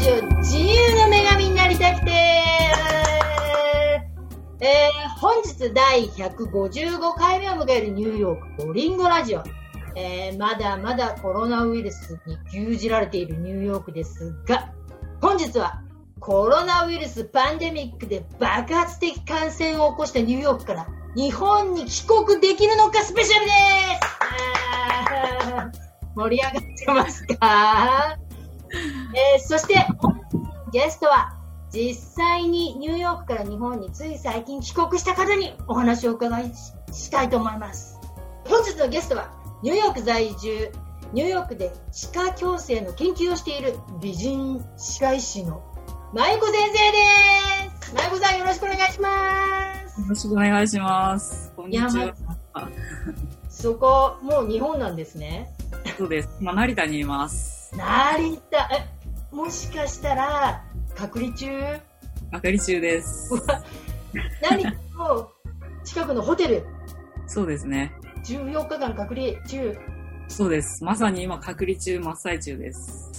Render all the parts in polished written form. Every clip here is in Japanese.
ジオ自由の女神になりたくて、本日第155回目を迎えるニューヨークボリンゴラジオ、まだまだコロナウイルスに牛耳られているニューヨークですが、本日はコロナウイルスパンデミックで爆発的感染を起こしたニューヨークから日本に帰国できるのかスペシャルです。盛り上がってますか？そしてゲストは実際にニューヨークから日本につい最近帰国した方にお話をお伺いしたいと思います。本日のゲストはニューヨーク在住、ニューヨークで歯科矯正の研究をしている美人歯科医師のまゆこ先生です。まゆこさん、よろしくお願いします。 よろしくお願いします。こんにちは。 そこもう日本なんですね。 そうです。今成田にいます。 成田、もしかしたら隔離中？ 隔離中です。 成田の近くのホテル。 そうですね。 14日間隔離中。 そうです。まさに今隔離中真っ最中です。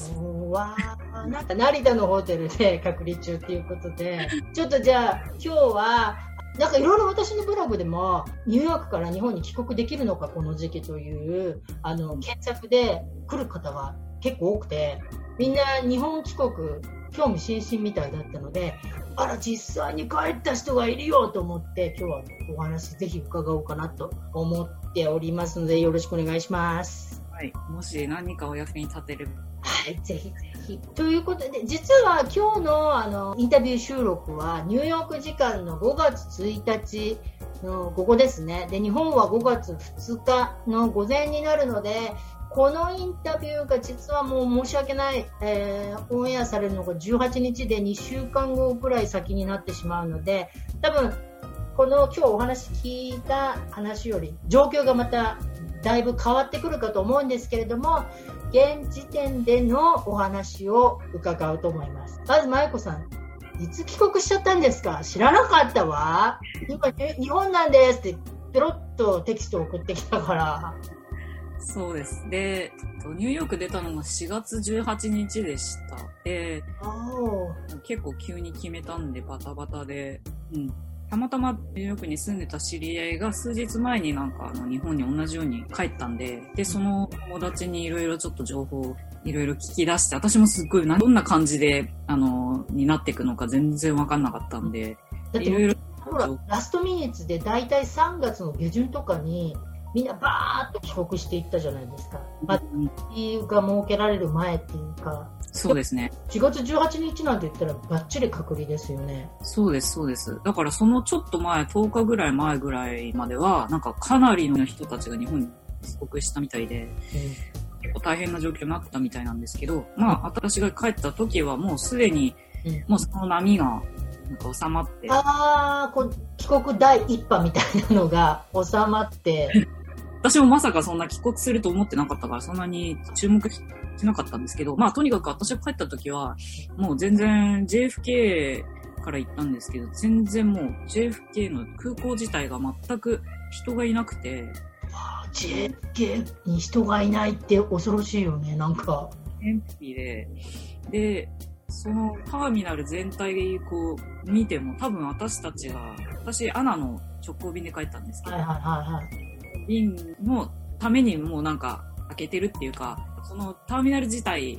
わー、なんか成田のホテルで隔離中っていうことで、ちょっとじゃあ今日はなんかいろいろ私のブログでもニューヨークから日本に帰国できるのかこの時期という検索で来る方が結構多くて、みんな日本帰国興味津々みたいだったので、あら実際に帰った人がいるよと思って今日はお話ぜひ伺おうかなと思っておりますので、よろしくお願いします。 はい、もし何かお役に立てる。 はい、ぜひぜひ。ということで、実は今日のインタビュー収録はニューヨーク時間の5月1日の午後ですね。で、日本は5月2日の午前になるので、このインタビューが実はもう申し訳ない、オンエアされるのが18日で2週間後くらい先になってしまうので、多分この今日お話聞いた話より状況がまただいぶ変わってくるかと思うんですけれども、現時点でのお話を伺うと思います。まずまゆこさん、いつ帰国しちゃったんですか？知らなかったわ。今日本なんですってペロッとテキストを送ってきたから。 そうです。で、ニューヨーク出たのが4月18日でした。で、結構急に決めたんでバタバタで、たまたまニューヨークに住んでた知り合いが数日前になんか日本に同じように帰ったんで、で、その友達にいろいろちょっと情報をいろいろ聞き出して、私もすっごいどんな感じで、になっていくのか全然わかんなかったんで、いろいろ。 ほら、ラストミニッツでだいたい3月の下旬とかに、みんなバーッと帰国していったじゃないですか。理由が設けられる前っていうか。 そうですね。 4月18日なんて言ったらバッチリ隔離ですよね。 そうです、そうです。だからそのちょっと前、10日ぐらい前ぐらいまでは、なんかかなりの人たちが日本に帰国したみたいで、結構大変な状況になったみたいなんですけど、まあ私が帰った時はもうすでに、もうその波がなんか収まって。 帰国第一波みたいなのが収まって、 私もまさかそんな帰国すると思ってなかったから、そんなに注目しなかったんですけど、まあとにかく私が帰った時は、もう全然 JFK から行ったんですけど、全然もう JFK の空港自体が全く人がいなくて。 JFK に人がいないって恐ろしいよね、なんか。 エンプティで、そのターミナル全体でこう見ても、多分私アナの直行便で帰ったんですけど、便のためにもうなんか開けてるっていうか、そのターミナル自体に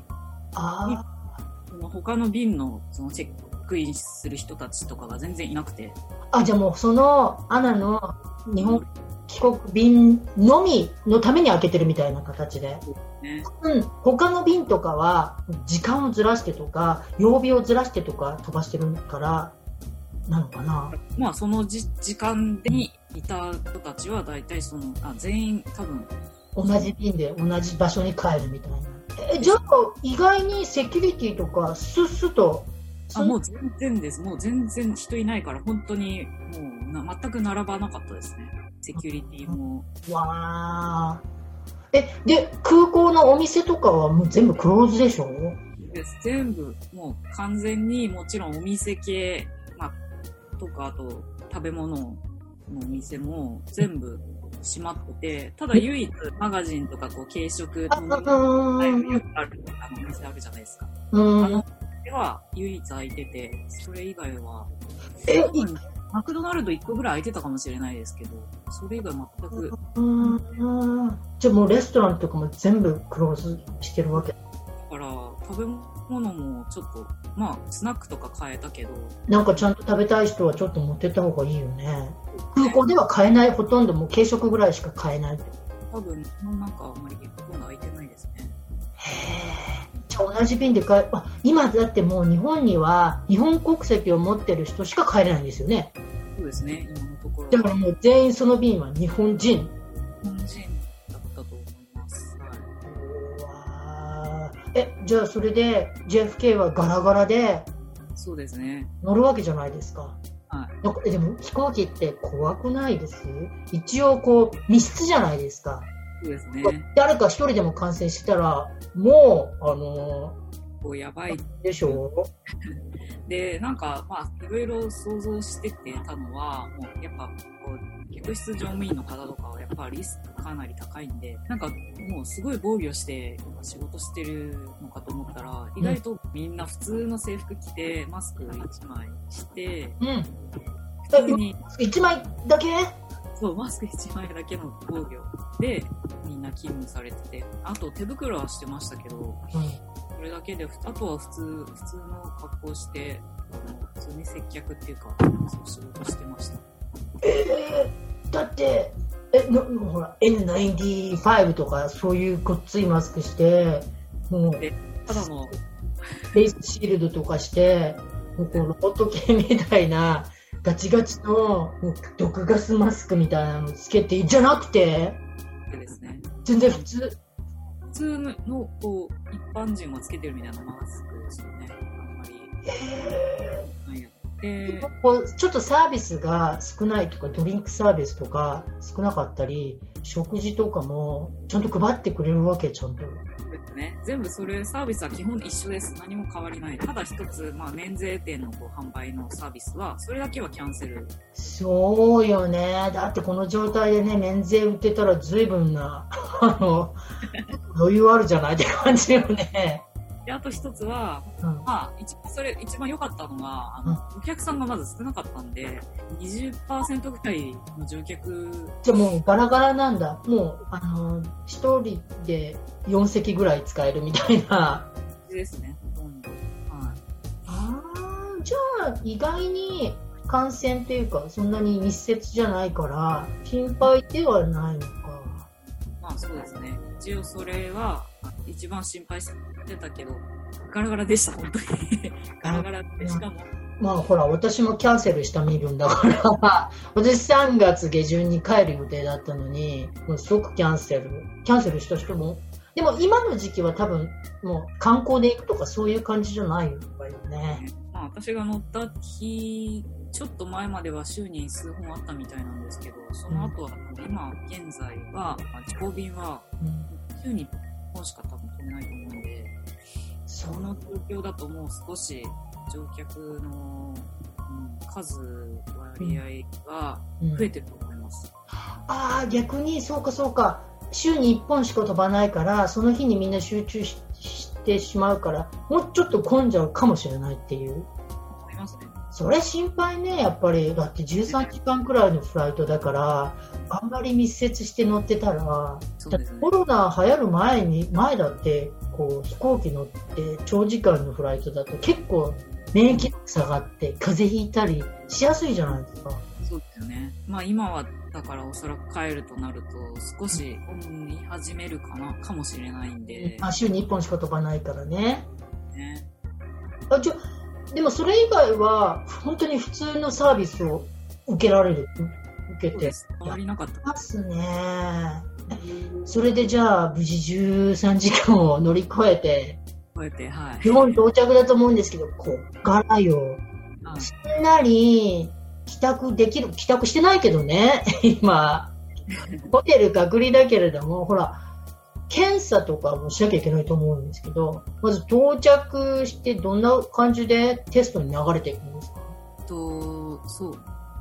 他の便のそのチェックインする人たちとかが全然いなくて。 じゃあもうそのアナの日本帰国便のみのために開けてるみたいな形で。他の便とかは時間をずらしてとか曜日をずらしてとか飛ばしてるからなのかな。 まあその時間にいた人たちは大体全員多分同じ便で同じ場所に帰るみたいな。じゃあ意外にセキュリティとかスッスと。 もう全然です。もう全然人いないから本当にもう全く並ばなかったですね。セキュリティも。 わー。で空港のお店とかはもう全部クローズでしょ？ 全部もう完全にもちろんお店系、とかあと食べ物のお店も全部閉まってて、ただ唯一マガジンとかこう軽食のよくあるお店あるじゃないですか。 では唯一空いてて、それ以外は、マクドナルド1個ぐらい空いてたかもしれないですけど、それ以外全く。 じゃあもうレストランとかも全部クローズしてるわけ？ だから食べ物もちょっと、まあスナックとか買えたけど。 なんかちゃんと食べたい人はちょっと持ってった方がいいよね。空港では買えない、ほとんどもう軽食ぐらいしか買えない。 多分、なんかあんまりほとんど空いてないですね。 じゃあ同じ便で今だってもう日本には日本国籍を持ってる人しか帰れないんですよね。 そうですね、今のところ。 だからもう全員その便は日本人。 日本人だったと思います。 はい。じゃあそれで JFK はガラガラで。 そうですね。 乗るわけじゃないですか。 はい。 でも飛行機って怖くないです？一応こう密室じゃないですか。 そうですね。 誰か一人でも感染したらもうやばいでしょで、なんかまあいろいろ想像しててたのは、もうやっぱこう客室乗務員の方とかはやっぱリスクかなり高いんで、なんかもうすごい防御して仕事してるのかと思ったら、意外とみんな普通の制服着てマスク1枚して、普通に 1枚だけ？ そう、マスク1枚だけの防御でみんな勤務されてて、あと手袋はしてましたけど、それだけで、あとは普通の格好して、普通に接客っていうか、そう仕事してました。 だって、ほら、N95 とかそういうごっついマスクして、もう、 ただのフェイスシールドとかして、もうこうロボット系みたいな、ガチガチの毒ガスマスクみたいなのつけて、じゃなくて、 ですね、 全然普通のこう一般人がつけてるみたいなマスクですよね。あんまり。 ちょっとサービスが少ないとか、ドリンクサービスとか少なかったり、食事とかもちゃんと配ってくれるわけ？ちゃんと。 ですね。全部それサービスは基本一緒です。何も変わりない。ただ一つ、免税店の販売のサービスはそれだけはキャンセル。 そうよね。だってこの状態でね、免税売ってたら随分な余裕あるじゃないって感じよね。 で、あと一つは、一番良かったのが、お客さんがまず少なかったんで、20% ぐらいの乗客。 じゃあもうガラガラなんだ。もう、一人で4席ぐらい使えるみたいな。 ですね、ほとんど。 じゃあ、意外に感染っていうか、そんなに密接じゃないから、心配ではないのか。 そうですね。一応それは、一番心配してたけど、ガラガラでした、本当に。ガラガラで、しかも。 ほら、私もキャンセルした身分だから、私3月下旬に帰る予定だったのに、もう即キャンセルした人も、でも今の時期は多分、もう観光で行くとかそういう感じじゃないよね。 私が乗った日、ちょっと前までは週に数本あったみたいなんですけど、その後は、今現在は、直行便は、週に1本しか多分飛べないと思うので、その状況だともう少し乗客の、数割合が増えてると思います。 逆にそうか。週に1本しか飛ばないから、その日にみんな集中してしまうから、もうちょっと混んじゃうかもしれないっていう。 ありますね。それ心配ね、やっぱり。だって13時間くらいのフライトだから、あんまり密接して乗ってたら、だってコロナ流行る前だって、こう飛行機乗って長時間のフライトだと結構免疫力下がって風邪ひいたりしやすいじゃないですか。 そうですよね。今はだからおそらく帰るとなると少し混み始めるかもしれないんで。 週に1本しか飛ばないからね。でもそれ以外は本当に普通のサービスを受けて変わりなかったますね。それでじゃあ無事13時間を乗り越えて、日本到着だと思うんですけど、こっからよ、すんなり帰宅してないけどね、今ホテル隔離だけれども、ほら検査とかもしなきゃいけないと思うんですけど、まず到着してどんな感じでテストに流れていくんですか？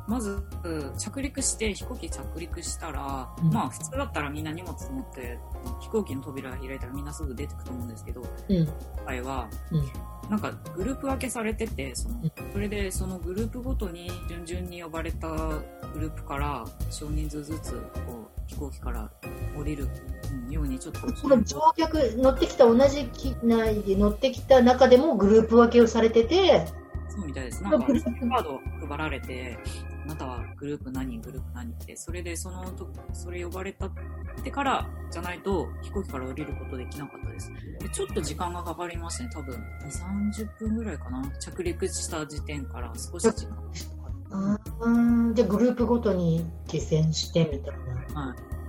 まず着陸して飛行機着陸したら、まあ普通だったらみんな荷物持って飛行機の扉が開いたらみんなすぐ出てくと思うんですけど、今回はなんかグループ分けされてて、それでそのグループごとに順々に呼ばれたグループから少人数ずつこう飛行機から降りるようにちょっと乗客乗ってきた同じ機内で乗ってきた中でもグループ分けをされてて、 そうみたいです。なんかカード配られて、あなたはグループ何って、それでそれ呼ばれたってからじゃないと飛行機から降りることできなかったです。でちょっと時間がかかりましたね。多分2、30分ぐらいかな。着陸した時点から少し時間。 でグループごとに下船してみたいな。 はい。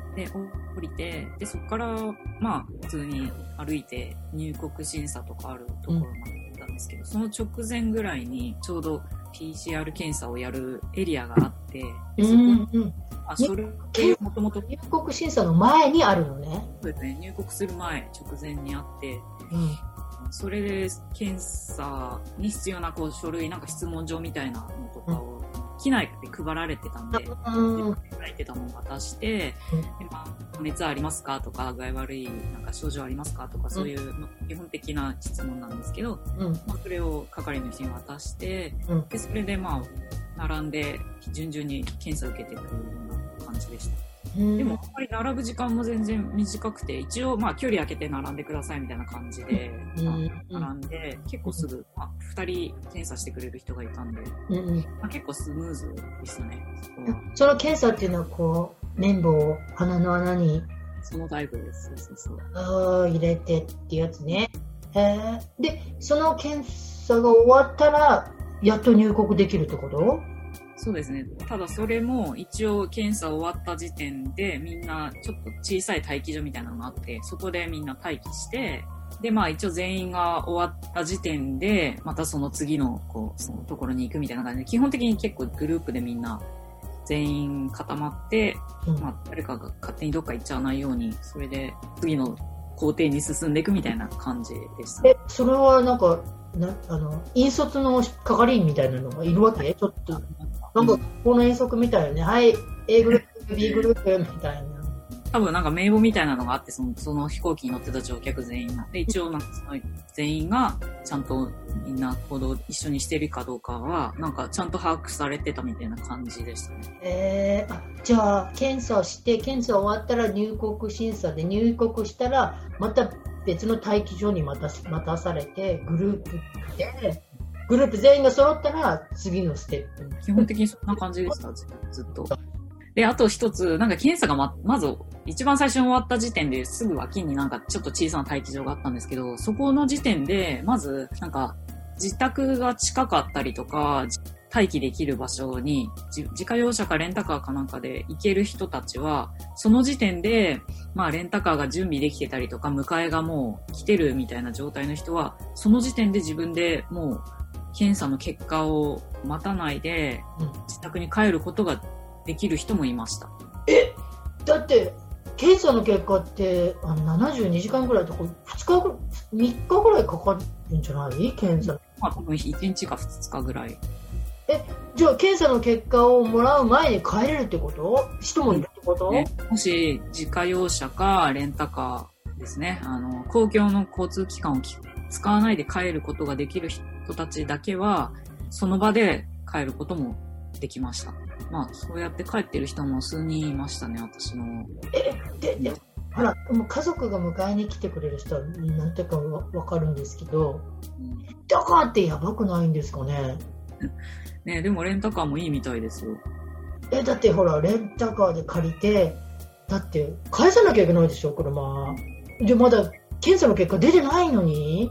で降りて、でそこからまあ普通に歩いて入国審査とかあるところまで行ったんですけど、その直前ぐらいにちょうど PCR 検査をやるエリアがあって、そこにそれもともと入国審査の前にあるのね。 そうですね。入国する前直前にあって、それで検査に必要なこう書類なんか質問状みたいなのとかを機内で配られてたんで、書いてたのを渡して、で熱ありますかとか具合悪いなんか症状ありますかとかそういう基本的な質問なんですけど、それを係の人に渡して、でそれで並んで順々に検査を受けていくような感じでした。でもあんまり並ぶ時間も全然短くて、一応距離空けて並んでくださいみたいな感じで、並んで結構すぐ、2人検査してくれる人がいたんで、結構スムーズでしたね。 その検査っていうのはこう綿棒を鼻の穴にそのタイプです。 入れてってやつね。でその検査が終わったらやっと入国できるってこと？ そうですね。ただそれも一応検査終わった時点でみんなちょっと小さい待機所みたいなのがあって、そこでみんな待機して、で一応全員が終わった時点でまたその次のそのところに行くみたいな感じで、基本的に結構グループでみんな全員固まって、誰かが勝手にどっか行っちゃわないように、それで次の工程に進んでいくみたいな感じでした。 それはなんか引率の係員みたいなのがいるわけ？ちょっとなんかこの遠足みたいよね。はい、A グループ B グループみたいな。 多分なんか名簿みたいなのがあって、その飛行機に乗ってた乗客全員がで、一応なんかその全員がちゃんとみんな行動一緒にしてるかどうかはなんかちゃんと把握されてたみたいな感じでしたね。 じゃあ検査をして検査終わったら入国審査で、入国したらまた別の待機所に待たされて、グループ全員が揃ったら次のステップ。 基本的にそんな感じでした、ずっと。で、あと一つ、なんか検査がまず一番最初に終わった時点ですぐ脇になんかちょっと小さな待機場があったんですけど、そこの時点でまずなんか自宅が近かったりとか、待機できる場所に自家用車かレンタカーかなんかで行ける人たちは、その時点でレンタカーが準備できてたりとか、迎えがもう来てるみたいな状態の人は、その時点で自分でもう検査の結果を待たないで自宅に帰ることができる人もいました。 だって検査の結果って72時間ぐらいとか3日ぐらいかかるんじゃない？検査多分1日か2日ぐらい。 じゃあ検査の結果をもらう前に帰れるってこと？人もいるってこと？ もし自家用車かレンタカーですね、公共の交通機関を使わないで帰ることができる人たちだけはその場で帰ることもできました。そうやって帰ってる人も数人いましたね、私の。 ほら、もう家族が迎えに来てくれる人はなんていうかわかるんですけど、だからってやばくないんですかね。 ね、でもレンタカーもいいみたいですよ。 だってほらレンタカーで借りて、だって返さなきゃいけないでしょ、車で。まだ検査の結果出てないのに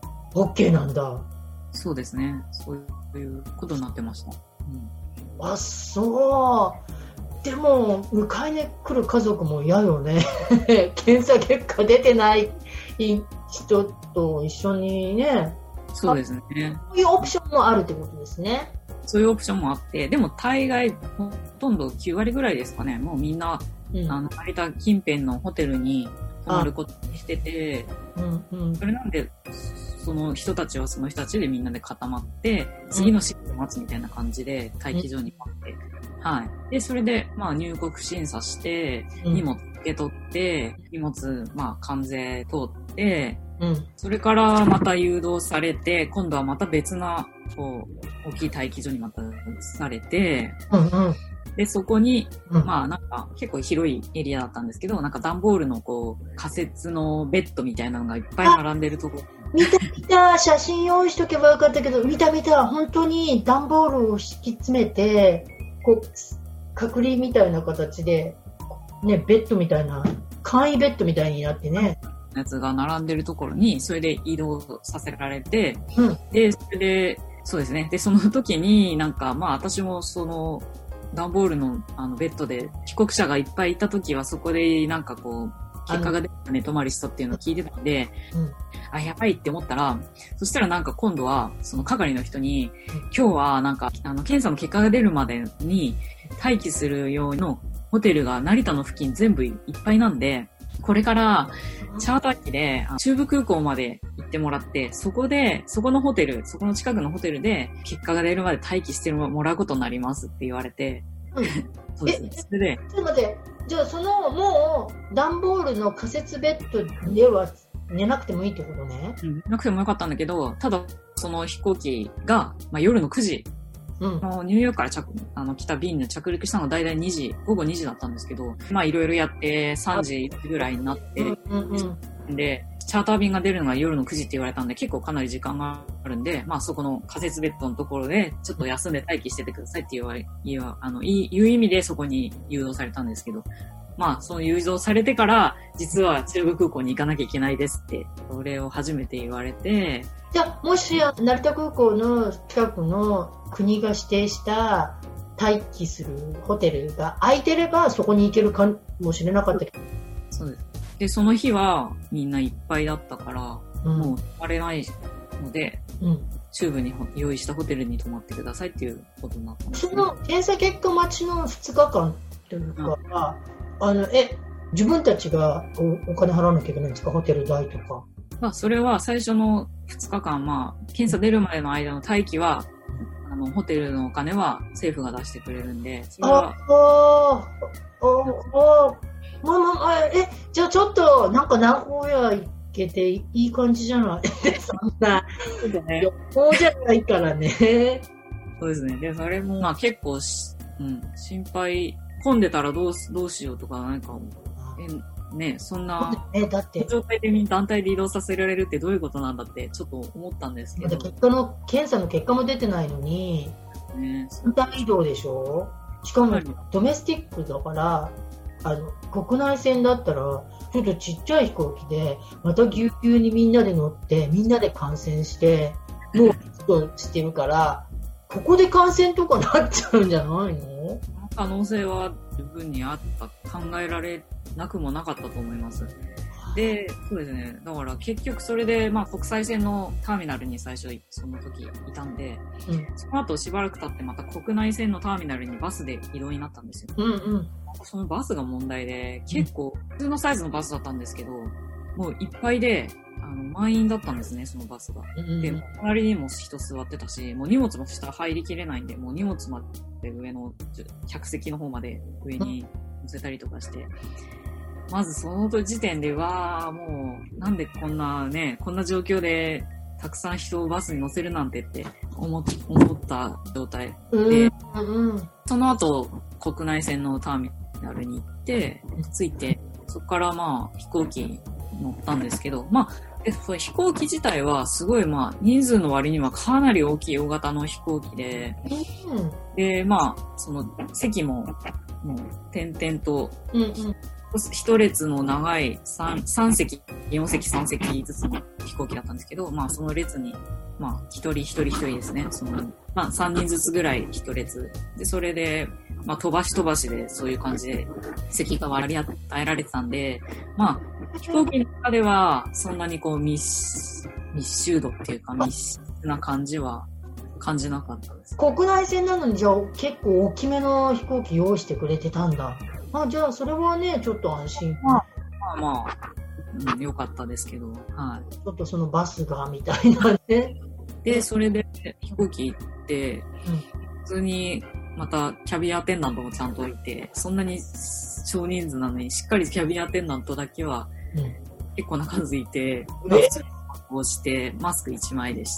OK なんだ。 そうですね、そういうことになってました。 そう。でも迎えに来る家族も嫌よね検査結果出てない人と一緒にね。 そうですね。 そういうオプションもあるってことですね。 そういうオプションもあって、でも大概ほとんど9割ぐらいですかね、もうみんな、成田近辺のホテルに泊まることにしてて、それなんでその人たちはその人たちでみんなで固まって、次のシフトを待つみたいな感じで待機場に待って、はい。で、それで、まあ入国審査して、荷物受け取って、荷物、まあ関税通って、それからまた誘導されて、今度はまた別な、こう、大きい待機所にまた移されて、で、そこに、まあなんか結構広いエリアだったんですけど、なんか段ボールのこう、仮設のベッドみたいなのがいっぱい並んでるところ。 見た、写真用意しとけばよかったけど、見た、本当に段ボールを敷き詰めて、こう、隔離みたいな形で、ね、ベッドみたいな、簡易ベッドみたいになってね。 やつが並んでるところに、それで移動させられて、で、それで、そうですね。で、その時になんか、まあ私もその、段ボールのベッドで帰国者がいっぱいいた時はそこでなんかこう、結果が出た寝泊まりしたっていうのを聞いてたんで、あ、やばいって思ったら、そしたらなんか今度は、その係の人に、今日はなんか、検査の結果が出るまでに待機する用のホテルが成田の付近全部いっぱいなんで、これからチャーター機で中部空港まで行ってもらって、そこのホテル、そこの近くのホテルで結果が出るまで待機してもらうことになりますって言われて、そうですね。それで、 ちょっと待って、じゃあそのもう段ボールの仮設ベッドでは寝なくてもいいってことね。 寝なくてもよかったんだけど、ただその飛行機が、まあ、夜の9時、ニューヨークから来た便で着陸したのが大体午後2時だったんですけど、まあいろいろやって3時ぐらいになって、で、チャーター便が出るのが夜の9時って言われたんで、結構かなり時間があるんで、まあそこの仮設ベッドのところで、ちょっと休んで待機しててくださいっていう意味でそこに誘導されたんですけど、まあその誘導されてから、実は中部空港に行かなきゃいけないですって、それを初めて言われて、 じゃあもし成田空港の近くの国が指定した待機するホテルが空いてればそこに行けるかもしれなかったけど。 そうです。で、その日はみんないっぱいだったから、もう泊まれないので、中部に用意したホテルに泊まってくださいっていうことになったんですけど。 その検査結果待ちの2日間というか、自分たちがお金払わなきゃいけないんですか、ホテル代とか。 まあ、それは最初の2日間、まあ、検査出るまでの間の待機は、ホテルのお金は政府が出してくれるんで、それは。じゃあちょっと、なんか名古屋行けていい感じじゃないそんな、旅行じゃないからね。 そうですね。で、それも、まあ結構心配、混んでたらどうしようとか、なんか、ね、そんな、 だって状態で団体で移動させられるってどういうことなんだってちょっと思ったんですけど。 検査の結果も出てないのに、団体移動でしょ。しかもドメスティックだから、国内線だったら、ちょっとちっちゃい飛行機で、またぎゅうぎゅうにみんなで乗って、みんなで感染して、もうちょっとしてるから、ここで感染とかなっちゃうんじゃないの？ 可能性は十分にあった、考えられなくもなかったと思います。で、そうですね。だから結局それで、まあ国際線のターミナルに最初その時いたんで、その後しばらく経ってまた国内線のターミナルにバスで移動になったんですよ。そのバスが問題で、結構普通のサイズのバスだったんですけど、もういっぱいで、満員だったんですね、そのバスが。で、隣にも人座ってたし、もう荷物も下入りきれないんで、もう荷物まで上の客席の方まで上に乗せたりとかして、まずその時点でもう、なんでこんな状況で、たくさん人をバスに乗せるなんてって思った状態で、その後、国内線のターミナルに行って、着いて、そこからまあ飛行機に乗ったんですけど、まあ、その飛行機自体はすごいまあ人数の割にはかなり大きい大型の飛行機で、で、まあ、その席も、もう点々と、一列の長い3席、4席、3席ずつの飛行機だったんですけど、まあその列に、まあ一人ですね、まあ3人ずつぐらい一列。で、それで、まあ飛ばしでそういう感じで席が割り与えられてたんで、まあ飛行機の中ではそんなにこう密集度っていうか密室な感じは感じなかったです。 国内線なのにじゃあ結構大きめの飛行機用意してくれてたんだ。じゃあそれはねちょっと安心。 まあ良かったですけど、はい。 ちょっとそのバスが、みたいなね。 で、それで飛行機行って、普通に、またキャビンアテンダントもちゃんといて、そんなに少人数なのに、しっかりキャビンアテンダントだけは、結構な数いて、普通にこうして、マスク1枚でした。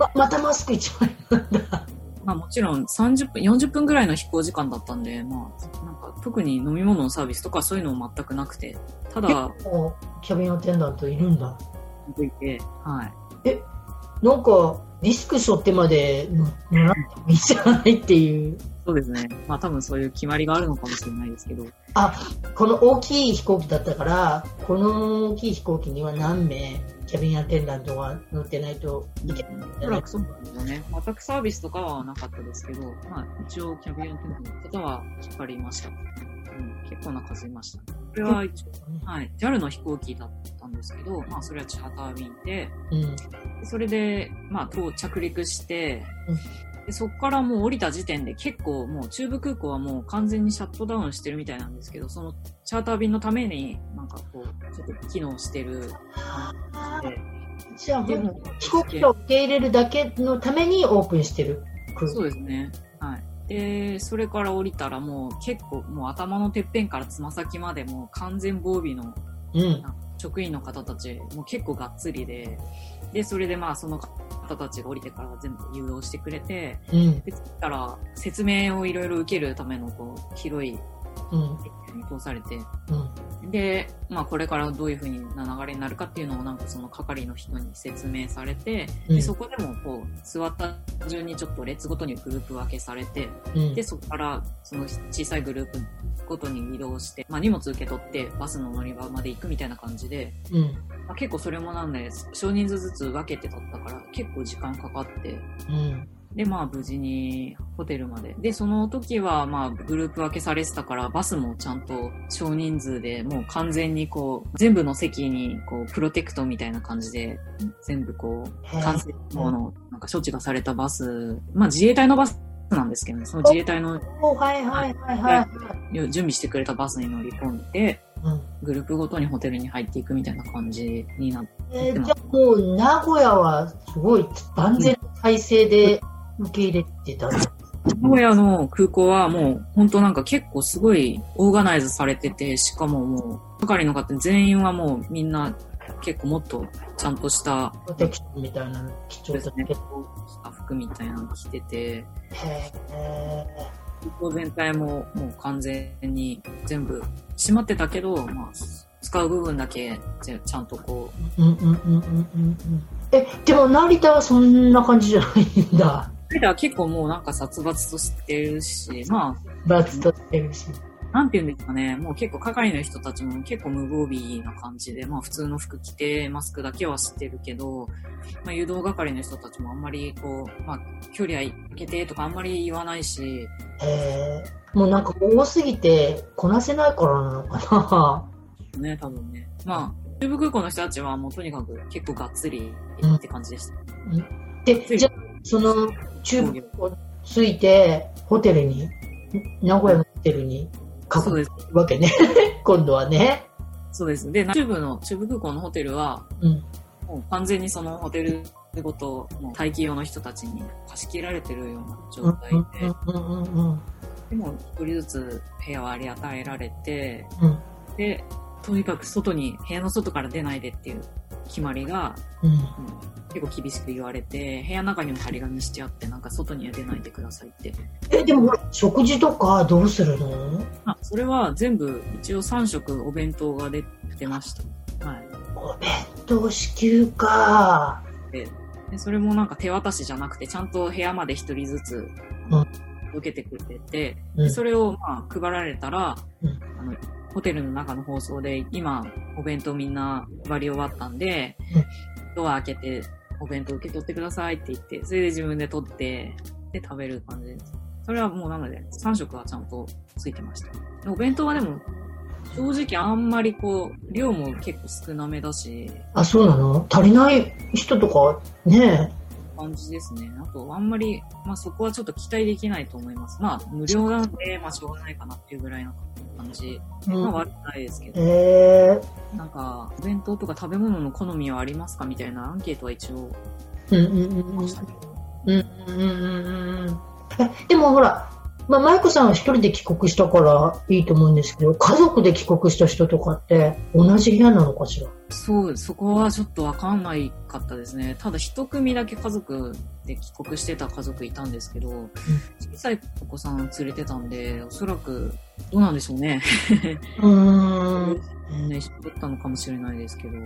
またマスク1枚なんだ。 まあもちろん30分、40分ぐらいの飛行時間だったんで、まあ、なんか特に飲み物のサービスとかそういうのも全くなくて、ただ、 キャビンアテンダントいるんだ。 いて、はい。 なんか、リスク背負ってまで乗らなくてもいいじゃないっていう。 そうですね。まあ多分そういう決まりがあるのかもしれないですけど。 この大きい飛行機だったから、この大きい飛行機には何名キャビンアテンダントが乗ってないといけないんだね。 おそらくそうなんですよね。全くサービスとかはなかったですけど、まあ一応キャビンアテンダントの方はしっかりいました。結構な数いましたね。これは一応、はい、JAL の飛行機だったんですけど、まあそれはチャーター便で、でそれで、まあ着陸して、でそこからもう降りた時点で結構もう中部空港はもう完全にシャットダウンしてるみたいなんですけど、そのチャーター便のためになんかこうちょっと機能してる感じで。 じゃあもう飛行機を受け入れるだけのためにオープンしてる。 そうですね。はい。で、それから降りたらもう結構もう頭のてっぺんからつま先までもう完全防備の職員の方たちもう結構がっつりで、で、それでまあその方たちが降りてから全部誘導してくれて、で、そしたら説明をいろいろ受けるためのこう広いエリアに通されて、で、まあこれからどういう風な流れになるかっていうのをなんかその係の人に説明されて、でそこでもこう座った順にちょっと列ごとにグループ分けされて、でそこからその小さいグループごとに移動して、まあ荷物受け取ってバスの乗り場まで行くみたいな感じで、まあ、結構それもなんで少人数ずつ分けてだったから結構時間かかって、で、まあ無事にホテルまで。で、その時はまあグループ分けされてたからバスもちゃんと少人数でもう完全にこう全部の席にこうプロテクトみたいな感じで全部こう感染症のなんか処置がされたバス、まあ自衛隊のバスなんですけどね、その自衛隊の準備してくれたバスに乗り込んで、グループごとにホテルに入っていくみたいな感じになってます。 じゃあもう名古屋はすごい万全の体制で受け入れてたんです。 名古屋の空港はもう本当なんか結構すごいオーガナイズされてて、しかももう係の方全員はもうみんな結構もっとちゃんとしたプロテクションみたいなの貴重ですね。 した服みたいなの着てて、空港全体ももう完全に全部閉まってたけど、まあ使う部分だけちゃんとこう。 でも成田はそんな感じじゃないんだ。 成田は結構もうなんか殺伐としてるし、まあ。 バツとしてるし。 なんていうんですかね、もう結構係の人たちも結構無防備な感じで、まあ普通の服着てマスクだけはしてるけど、まあ誘導係の人たちもあんまりこう、まあ距離は空けてとかあんまり言わないし。 もうなんか多すぎてこなせないからなのかな。ね、多分ね。まあ、中部空港の人たちはもうとにかく結構がっつりって感じでした。 で、じゃあその中部空港着いてホテルに、名古屋のホテルにそうですわけね。今度はね。 そうです。で、中部空港のホテルは、もう完全にそのホテルごと、もう待機用の人たちに貸し切られてるような状態で、でも一人ずつ部屋を割り与えられて、で、とにかく部屋の外から出ないでっていう決まりが、結構厳しく言われて、部屋の中にも張り紙してあって、なんか外には出ないでくださいって。 でも食事とかどうするの？ それは全部一応3食お弁当が出ました。はい。 お弁当支給か。 でそれもなんか手渡しじゃなくて、ちゃんと部屋まで一人ずつ受けてくれて、でそれをまあ配られたら、ホテルの中の放送で、今お弁当みんな配り終わったんで、ドア開けてお弁当受け取ってくださいって言って、それで自分で取ってで食べる感じです。それはもうなので3食はちゃんとついてました。お弁当はでも正直あんまりこう量も結構少なめだし。 そうなの？足りない人とかね。 感じですね。あと、あんまり、そこはちょっと期待できないと思います。無料なんで、しょうがないかなっていうぐらいの感じ。悪くないですけど。なんか、お弁当とか食べ物の好みはありますかみたいなアンケートは一応、ましたけど。 でもほら、舞子さんは一人で帰国したからいいと思うんですけど、家族で帰国した人とかって同じ部屋なのかしら？ そこはちょっとわかんないかったですね。ただ一組だけ家族で帰国してた家族いたんですけど、小さいお子さん連れてたんで、おそらくどうなんでしょうね。ね、一緒だったのかもしれないですけど。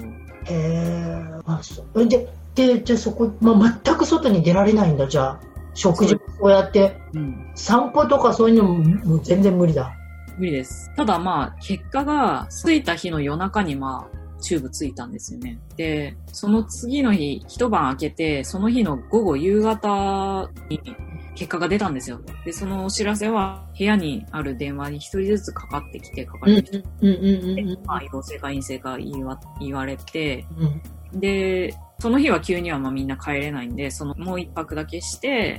じゃあそこ、全く外に出られないんだ、じゃあ。食事もそうやって、散歩とかそういうのも全然無理だ。 無理です。ただ結果が着いた日の夜中にチューブ着いたんですよね。で、その次の日、一晩明けて、その日の夕方に結果が出たんですよ。で、そのお知らせは部屋にある電話に一人ずつかかってきて、陽性か陰性か言われて、で、その日は急にはみんな帰れないんで、もう一泊だけして、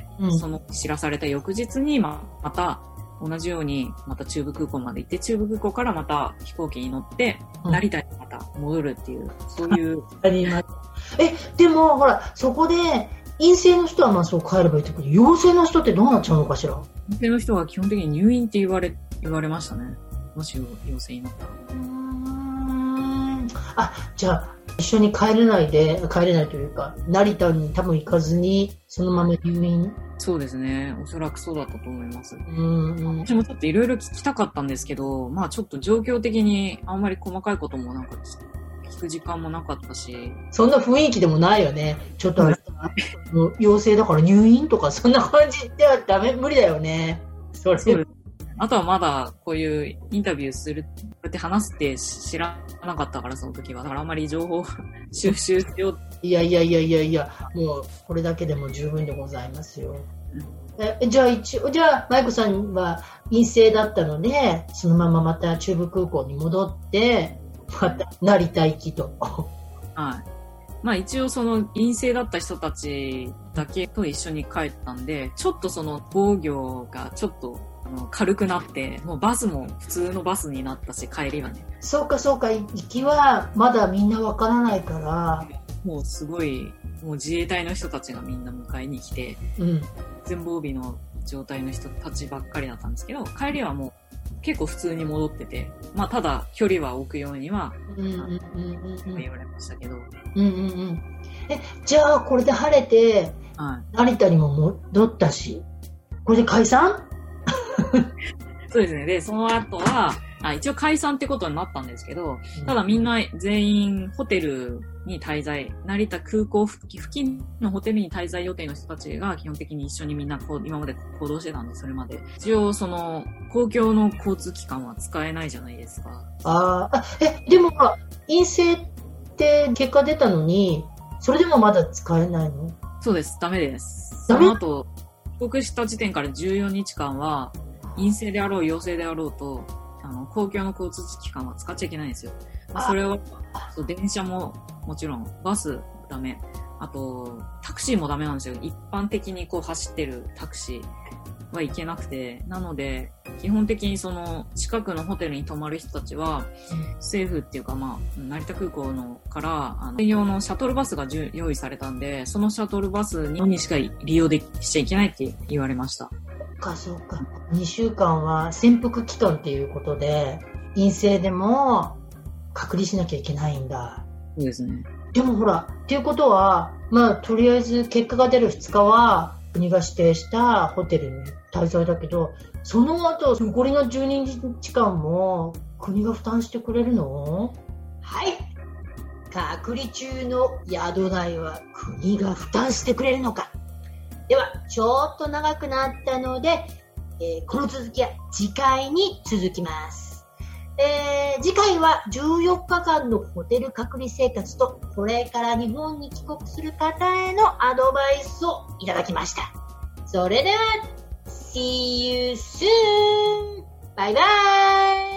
その知らされた翌日にまた同じようにまた中部空港まで行って、中部空港からまた飛行機に乗って、成田にまた戻るっていう、そういう。 でもほら、そこで陰性の人はそう帰ればいいけど、陽性の人ってどうなっちゃうのかしら？ 陰性の人は基本的に入院って言われましたね。もし陽性になったら。じゃあ、一緒に帰れないというか、成田に多分行かずに、そのまま入院。 そうですね。おそらくそうだったと思います。私もちょっといろいろ聞きたかったんですけど、ちょっと状況的にあんまり細かいことも聞く時間もなかったし。 そんな雰囲気でもないよね。ちょっと陽性だから入院とかそんな感じでは無理だよね。 そうです。あとはまだこういうインタビューするって話すって知らなかったから、その時は。だからあんまり情報収集しよう。 いや、もうこれだけでも十分でございますよ。じゃあ舞子さんは陰性だったので、そのまままた中部空港に戻って、また成田行きと。 はい。一応その陰性だった人たちだけと一緒に帰ったんで、ちょっとその防御がちょっと軽くなって、もうバスも普通のバスになったし、帰りはね。 そうか、行きはまだみんなわからないから。 もうすごい、もう自衛隊の人たちがみんな迎えに来て、全防備の状態の人たちばっかりだったんですけど、帰りはもう結構普通に戻ってて、ただ距離は置くようには、言われましたけど。じゃあこれで晴れて、成田にも戻ったし、これで解散？ そうですね。で、その後は、一応解散ってことになったんですけど、ただみんな全員ホテルに滞在、成田空港付近のホテルに滞在予定の人たちが基本的に一緒にみんな今まで行動してたんで、それまで。一応公共の交通機関は使えないじゃないですか。 でも陰性って結果出たのに、それでもまだ使えないの？ そうです。ダメです。その後、帰国した時点から14日間は、陰性であろう、陽性であろうと、公共の交通機関は使っちゃいけないんですよ。それは、電車ももちろん、バスダメ。あと、タクシーもダメなんですよ。一般的に走ってるタクシーは行けなくて。なので、基本的に近くのホテルに泊まる人たちは、政府っていうか成田空港から専用のシャトルバスが用意されたんで、そのシャトルバスにしか利用しちゃいけないって言われました。 そうか。2週間は潜伏期間っていうことで、陰性でも隔離しなきゃいけないんだ。 そうですね。 でもっていうことは、とりあえず結果が出る2日は国が指定したホテルに滞在だけど、その後残りの12日間も国が負担してくれるの？はい。隔離中の宿代は国が負担してくれるのか。では、ちょっと長くなったので、この続きは次回に続きます。次回は14日間のホテル隔離生活と、これから日本に帰国する方へのアドバイスをいただきました。それでは、See you soon! バイバイ!